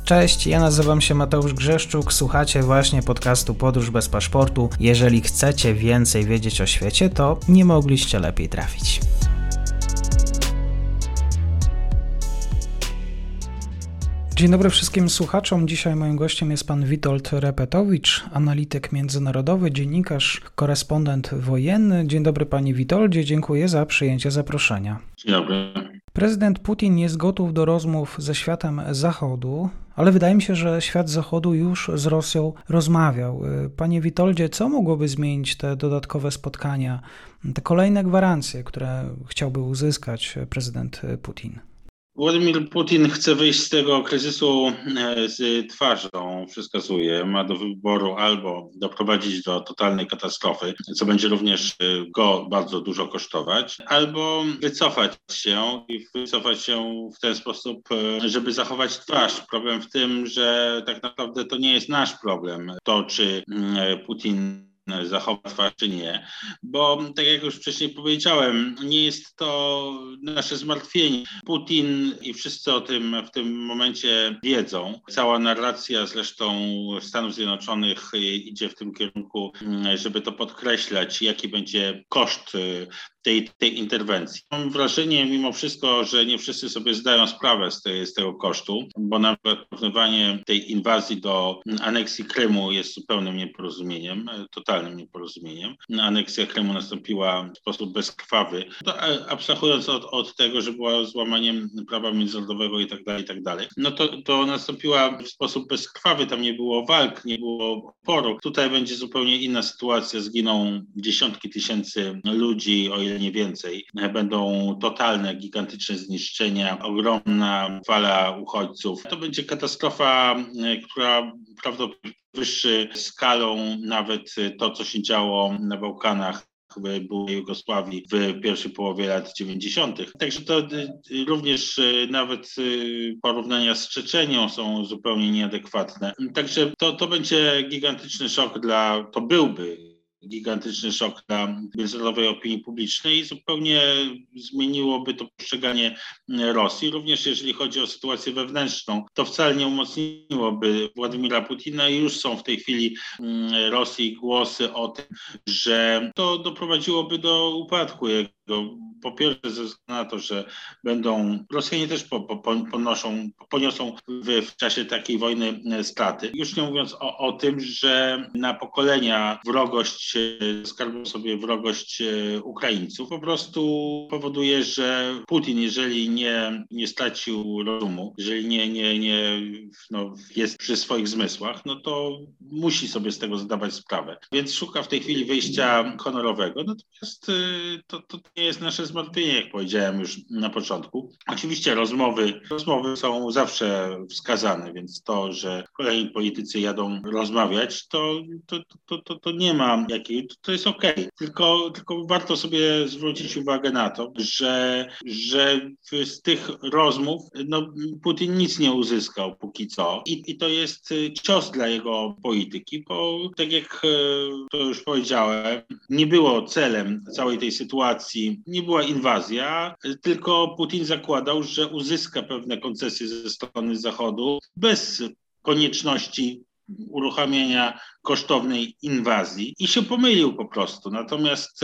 Cześć, ja nazywam się Mateusz Grzeszczuk, słuchacie właśnie podcastu Podróż bez paszportu. Jeżeli chcecie więcej wiedzieć o świecie, to nie mogliście lepiej trafić. Dzień dobry wszystkim słuchaczom. Dzisiaj moim gościem jest pan Witold Repetowicz, analityk międzynarodowy, dziennikarz, korespondent wojenny. Dzień dobry panie Witoldzie, dziękuję za przyjęcie zaproszenia. Dzień dobry. Prezydent Putin jest gotów do rozmów ze światem Zachodu, ale wydaje mi się, że świat Zachodu już z Rosją rozmawiał. Panie Witoldzie, co mogłoby zmienić te dodatkowe spotkania, te kolejne gwarancje, które chciałby uzyskać prezydent Putin? Władimir Putin chce wyjść z tego kryzysu z twarzą, wskazuje. Ma do wyboru albo doprowadzić do totalnej katastrofy, co będzie również go bardzo dużo kosztować, albo wycofać się w ten sposób, żeby zachować twarz. Problem w tym, że tak naprawdę to nie jest nasz problem, to czy Putin zachowa twarz czy nie, bo tak jak już wcześniej powiedziałem, nie jest to nasze zmartwienie. Putin i wszyscy o tym w tym momencie wiedzą. Cała narracja zresztą Stanów Zjednoczonych idzie w tym kierunku, żeby to podkreślać, jaki będzie koszt tej interwencji. Mam wrażenie mimo wszystko, że nie wszyscy sobie zdają sprawę z tego kosztu, bo nawet porównywanie tej inwazji do aneksji Krymu jest zupełnym nieporozumieniem, totalnym nieporozumieniem. Aneksja Krymu nastąpiła w sposób bezkrwawy, abstrahując od tego, że była złamaniem prawa międzynarodowego i tak dalej. No to nastąpiła w sposób bezkrwawy, tam nie było walk, nie było oporu. Tutaj będzie zupełnie inna sytuacja, zginą dziesiątki tysięcy ludzi, o ile nie więcej. Będą totalne, gigantyczne zniszczenia, ogromna fala uchodźców. To będzie katastrofa, która prawdopodobnie wyższy skalą nawet to, co się działo na Bałkanach, w byłej Jugosławii w pierwszej połowie lat 90. Także to również nawet porównania z Czeczenią są zupełnie nieadekwatne. Także to będzie gigantyczny szok byłby gigantyczny szok dla międzynarodowej opinii publicznej i zupełnie zmieniłoby to postrzeganie Rosji. Również jeżeli chodzi o sytuację wewnętrzną, to wcale nie umocniłoby Władimira Putina i już są w tej chwili Rosji głosy o tym, że to doprowadziłoby do upadku jego. Po pierwsze ze względu na to, że Rosjanie też poniosą w czasie takiej wojny straty. Już nie mówiąc o tym, że na pokolenia skarbią sobie wrogość Ukraińców. Po prostu powoduje, że Putin, jeżeli nie stracił rozumu, jeżeli nie jest przy swoich zmysłach, no to musi sobie z tego zdawać sprawę. Więc szuka w tej chwili wyjścia honorowego. Natomiast to nie jest nasze zmartwienie, jak powiedziałem już na początku. Oczywiście rozmowy są zawsze wskazane, więc to, że kolejni politycy jadą rozmawiać, to nie ma jakiej, to jest okej. Tylko warto sobie zwrócić uwagę na to, że z tych rozmów Putin nic nie uzyskał póki co i to jest cios dla jego polityki, bo tak jak to już powiedziałem, nie było celem całej tej sytuacji, nie była inwazja, tylko Putin zakładał, że uzyska pewne koncesje ze strony Zachodu bez konieczności uruchamiania kosztownej inwazji i się pomylił po prostu. Natomiast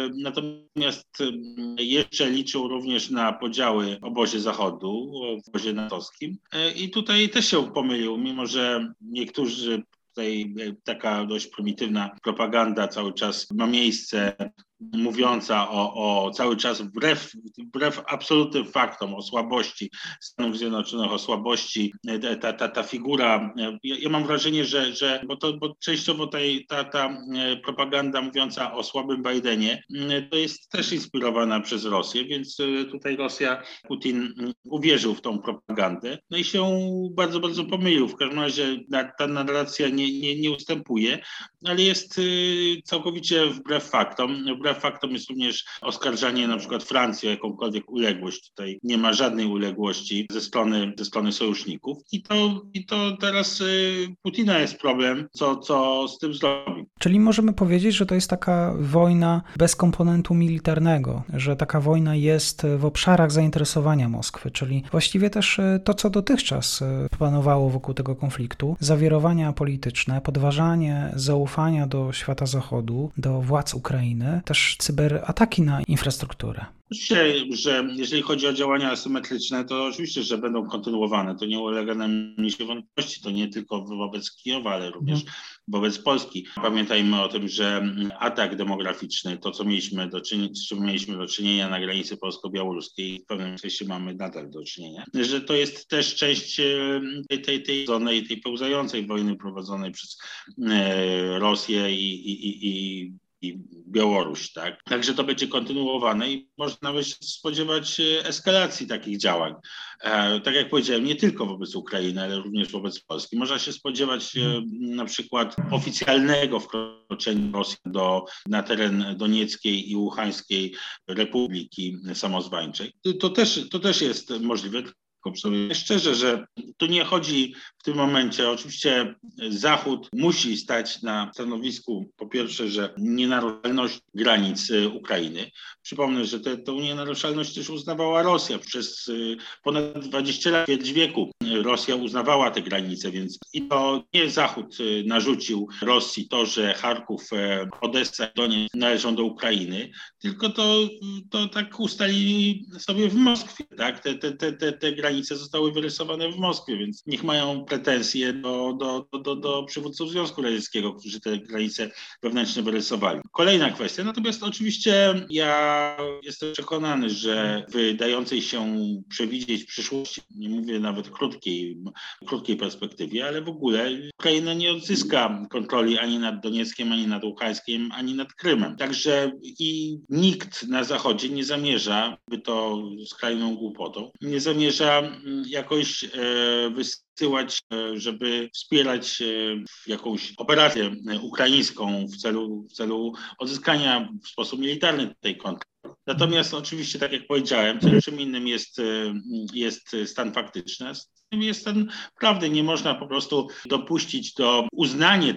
jeszcze liczył również na podziały w obozie Zachodu, w obozie natowskim i tutaj też się pomylił, mimo że niektórzy tutaj taka dość prymitywna propaganda cały czas ma miejsce, mówiąca o cały czas wbrew absolutnym faktom, o słabości Stanów Zjednoczonych, o słabości ta figura. Ja mam wrażenie, że bo częściowo ta propaganda mówiąca o słabym Bidenie, to jest też inspirowana przez Rosję, więc tutaj Putin uwierzył w tą propagandę, no i się bardzo, bardzo pomylił. W każdym razie ta narracja nie ustępuje, ale jest całkowicie wbrew faktom. Wbrew faktom jest również oskarżanie na przykład Francji o jakąkolwiek uległość. Tutaj nie ma żadnej uległości ze strony sojuszników i to teraz Putina jest problem, co z tym zrobi. Czyli możemy powiedzieć, że to jest taka wojna bez komponentu militarnego, że taka wojna jest w obszarach zainteresowania Moskwy, czyli właściwie też to, co dotychczas panowało wokół tego konfliktu, zawirowania polityczne, podważanie zaufania do świata zachodu, do władz Ukrainy, też cyberataki na infrastrukturę. Oczywiście, że jeżeli chodzi o działania asymetryczne, to oczywiście, że będą kontynuowane. To nie ulega najmniejszej wątpliwości. To nie tylko wobec Kijowa, ale również wobec Polski. Pamiętajmy o tym, że atak demograficzny, to co mieliśmy do czynienia na granicy polsko-białoruskiej, w pewnym sensie mamy nadal do czynienia, że to jest też część tej zony i tej pełzającej wojny prowadzonej przez Rosję i Białoruś, tak? Także to będzie kontynuowane i można nawet się spodziewać eskalacji takich działań. Tak jak powiedziałem, nie tylko wobec Ukrainy, ale również wobec Polski. Można się spodziewać na przykład oficjalnego wkroczenia Rosji na teren Donieckiej i Łuhańskiej Republiki Samozwańczej. To też jest możliwe. Szczerze, że tu nie chodzi w tym momencie, oczywiście Zachód musi stać na stanowisku, po pierwsze, że nienaruszalność granic Ukrainy. Przypomnę, że tę nienaruszalność też uznawała Rosja. Przez ponad 20 lat, ćwierć wieku Rosja uznawała te granice, więc i to nie Zachód narzucił Rosji to, że Charków, Odessa i Donieck należą do Ukrainy, tylko to tak ustalili sobie w Moskwie, tak? Te granice zostały wyrysowane w Moskwie, więc niech mają pretensje do przywódców Związku Radzieckiego, którzy te granice wewnętrzne wyrysowali. Kolejna kwestia, natomiast oczywiście ja jestem przekonany, że w dającej się przewidzieć przyszłości, nie mówię nawet krótkiej perspektywie, ale w ogóle Ukraina nie odzyska kontroli ani nad Donieckiem, ani nad Łuhańskiem, ani nad Krymem. Także i nikt na Zachodzie nie zamierza, by to skrajną głupotą, nie zamierza jakoś wysyłać, żeby wspierać jakąś operację ukraińską w celu odzyskania w sposób militarny tej kontroli. Natomiast oczywiście, tak jak powiedziałem, czym innym jest stan faktyczny, jest stan prawdy. Nie można po prostu dopuścić do uznanie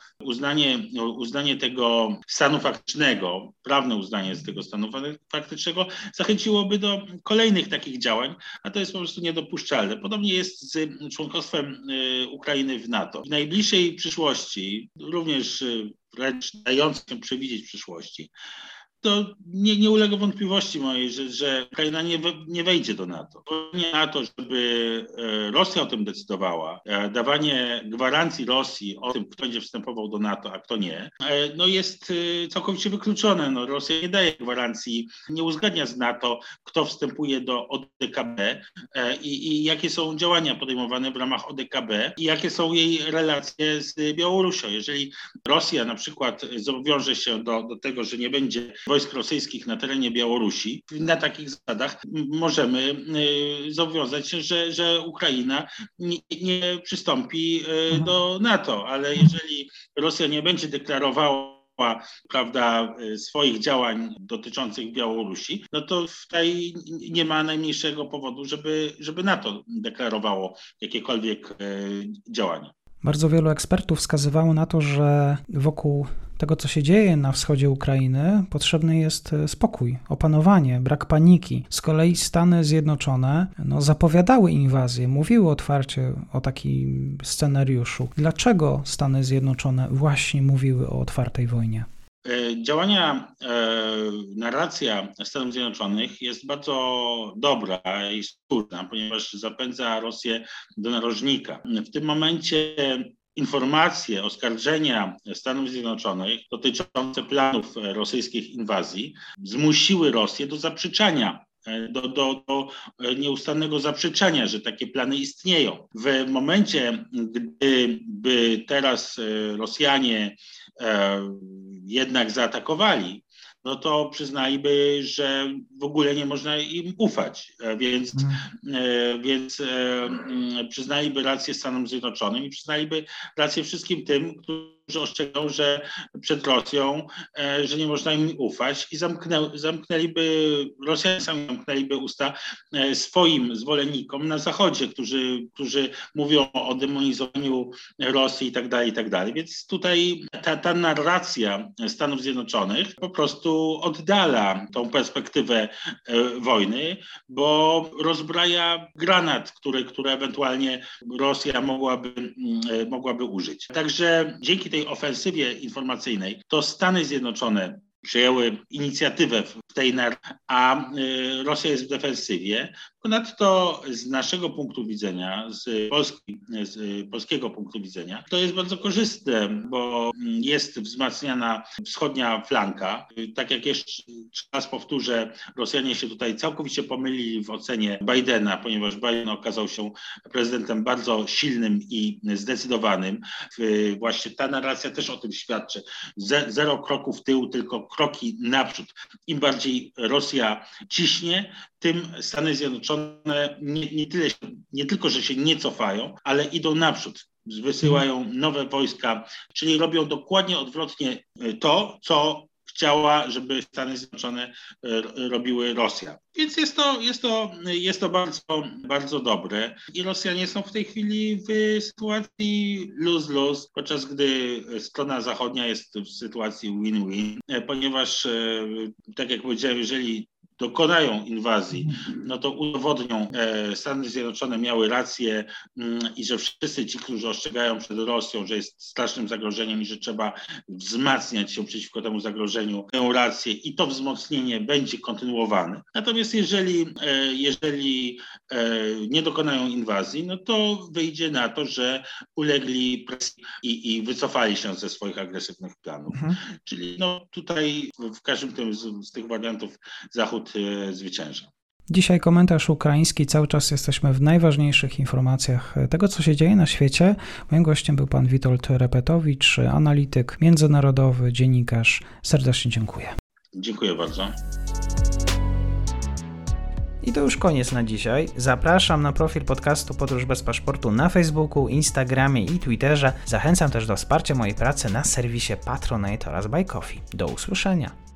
tego stanu faktycznego, prawne uznanie z tego stanu faktycznego zachęciłoby do kolejnych takich działań, a to jest po prostu niedopuszczalne. Podobnie jest z członkostwem Ukrainy w NATO. W najbliższej przyszłości, również wręcz dając się przewidzieć przyszłości, to nie ulega wątpliwości mojej, że Ukraina nie wejdzie do NATO. Nie na to, żeby Rosja o tym decydowała, dawanie gwarancji Rosji o tym, kto będzie wstępował do NATO, a kto nie, jest całkowicie wykluczone. Rosja nie daje gwarancji, nie uzgadnia z NATO, kto wstępuje do ODKB i jakie są działania podejmowane w ramach ODKB i jakie są jej relacje z Białorusią. Jeżeli Rosja na przykład zobowiąże się do tego, że nie będzie wojsk rosyjskich na terenie Białorusi, na takich zasadach możemy zobowiązać się, że Ukraina nie przystąpi do NATO, ale jeżeli Rosja nie będzie deklarowała, prawda, swoich działań dotyczących Białorusi, to tutaj nie ma najmniejszego powodu, żeby NATO deklarowało jakiekolwiek działania. Bardzo wielu ekspertów wskazywało na to, że wokół tego, co się dzieje na wschodzie Ukrainy, potrzebny jest spokój, opanowanie, brak paniki. Z kolei Stany Zjednoczone zapowiadały inwazję, mówiły otwarcie o takim scenariuszu. Dlaczego Stany Zjednoczone właśnie mówiły o otwartej wojnie? Narracja Stanów Zjednoczonych jest bardzo dobra i słuszna, ponieważ zapędza Rosję do narożnika. W tym momencie informacje, oskarżenia Stanów Zjednoczonych dotyczące planów rosyjskich inwazji zmusiły Rosję do zaprzeczania, do nieustannego zaprzeczania, że takie plany istnieją. W momencie, gdyby teraz Rosjanie jednak zaatakowali, to przyznaliby, że w ogóle nie można im ufać, więc przyznaliby rację Stanom Zjednoczonym i przyznaliby rację wszystkim tym, którzy ostrzegają, że przed Rosją, że nie można im ufać i Rosjanie sami zamknęliby usta swoim zwolennikom na Zachodzie, którzy mówią o demonizowaniu Rosji i tak dalej. Więc tutaj ta narracja Stanów Zjednoczonych po prostu oddala tą perspektywę wojny, bo rozbraja granat, który ewentualnie Rosja mogłaby użyć. Także dzięki tej ofensywie informacyjnej to Stany Zjednoczone przejęły inicjatywę w tej narracji, a Rosja jest w defensywie. Ponadto z naszego punktu widzenia, z polskiego punktu widzenia, to jest bardzo korzystne, bo jest wzmacniana wschodnia flanka. Tak jak jeszcze raz powtórzę, Rosjanie się tutaj całkowicie pomylili w ocenie Bidena, ponieważ Biden okazał się prezydentem bardzo silnym i zdecydowanym. Właśnie ta narracja też o tym świadczy. Zero kroków w tył, tylko kroki naprzód. Im bardziej Rosja ciśnie, tym Stany Zjednoczone nie tylko, że się nie cofają, ale idą naprzód. Wysyłają nowe wojska, czyli robią dokładnie odwrotnie to, co chciała, żeby Stany Zjednoczone robiły Rosja. Więc jest to bardzo, bardzo dobre. I Rosjanie są w tej chwili w sytuacji lose-lose, podczas gdy strona zachodnia jest w sytuacji win-win, ponieważ, tak jak powiedziałem, jeżeli dokonają inwazji, no to udowodnią, Stany Zjednoczone miały rację i że wszyscy ci, którzy ostrzegają przed Rosją, że jest strasznym zagrożeniem i że trzeba wzmacniać się przeciwko temu zagrożeniu, mają rację i to wzmocnienie będzie kontynuowane. Natomiast jeżeli nie dokonają inwazji, no to wyjdzie na to, że ulegli presji i wycofali się ze swoich agresywnych planów. Czyli no tutaj w każdym z tych wariantów Zachód zwycięża. Dzisiaj komentarz ukraiński. Cały czas jesteśmy w najważniejszych informacjach tego, co się dzieje na świecie. Moim gościem był pan Witold Repetowicz, analityk międzynarodowy, dziennikarz. Serdecznie dziękuję. Dziękuję bardzo. I to już koniec na dzisiaj. Zapraszam na profil podcastu Podróż bez paszportu na Facebooku, Instagramie i Twitterze. Zachęcam też do wsparcia mojej pracy na serwisie Patronite oraz Buy Coffee. Do usłyszenia.